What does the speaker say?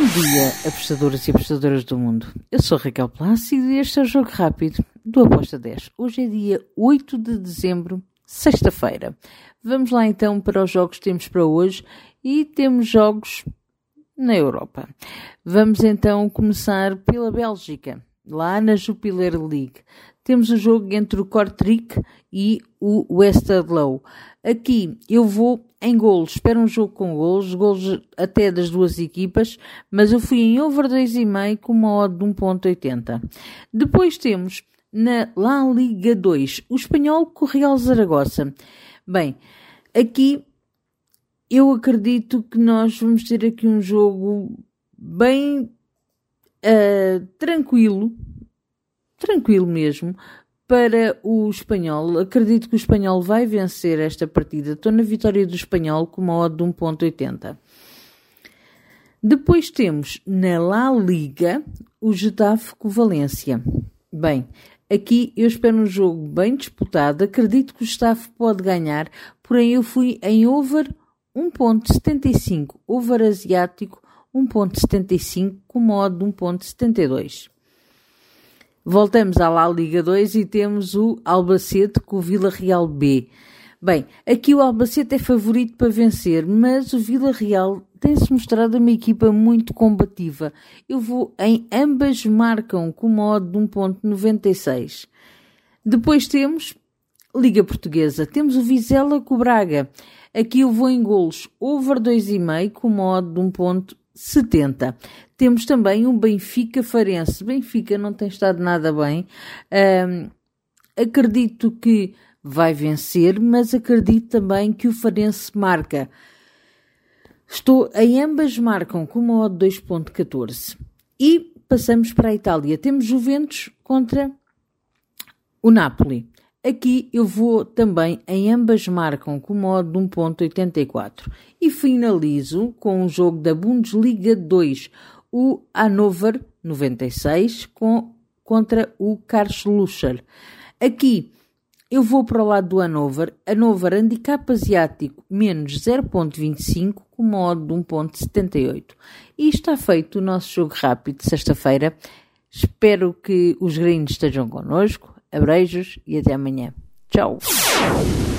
dia, apostadores e apostadoras do mundo. Eu sou Raquel Plácido e este é o Jogo Rápido do Aposta 10. Hoje é dia 8 de dezembro, sexta-feira. Vamos lá então para os jogos que temos para hoje e temos jogos na Europa. Vamos então começar pela Bélgica, lá na Jupiler League. Temos o jogo entre o Kortrijk e o Westerlo. Aqui eu vou em golos, espero um jogo com golos até das duas equipas, mas eu fui em over 2,5 com uma odd de 1.80. Depois temos na La Liga 2, o espanhol com o Real Zaragoza. Bem, aqui eu acredito que nós vamos ter aqui um jogo bem tranquilo mesmo, para o espanhol. Acredito que o espanhol vai vencer esta partida. Estou na vitória do espanhol com uma odd de 1.80. Depois temos na La Liga o Getafe com o Valência. Bem, aqui eu espero um jogo bem disputado. Acredito que o Getafe pode ganhar, porém eu fui em over 1.75, over asiático 1.75 com uma odd de 1.72. Voltamos à La Liga 2 e temos o Albacete com o Vila Real B. Bem, aqui o Albacete é favorito para vencer, mas o Vila Real tem-se mostrado uma equipa muito combativa. Eu vou em ambas marcam com uma odd de 1.96. Depois temos Liga Portuguesa. Temos o Vizela com o Braga. Aqui eu vou em golos over 2,5 com uma odd de 1.70. Temos também um Benfica Farense. Benfica não tem estado nada bem. Acredito que vai vencer, mas acredito também que o Farense marca. Estou em ambas marcam com uma odd de 2.14. E passamos para a Itália. Temos Juventus contra o Napoli. Aqui eu vou também em ambas marcam com uma odd de 1.84. E finalizo com um jogo da Bundesliga 2. O Hannover 96 contra o Karlsruhe. Aqui eu vou para o lado do Hannover. Hannover handicap asiático menos 0.25 com uma odd de 1.78. E está feito o nosso jogo rápido de sexta-feira. Espero que os gringos estejam connosco. Abreijos e até amanhã. Tchau!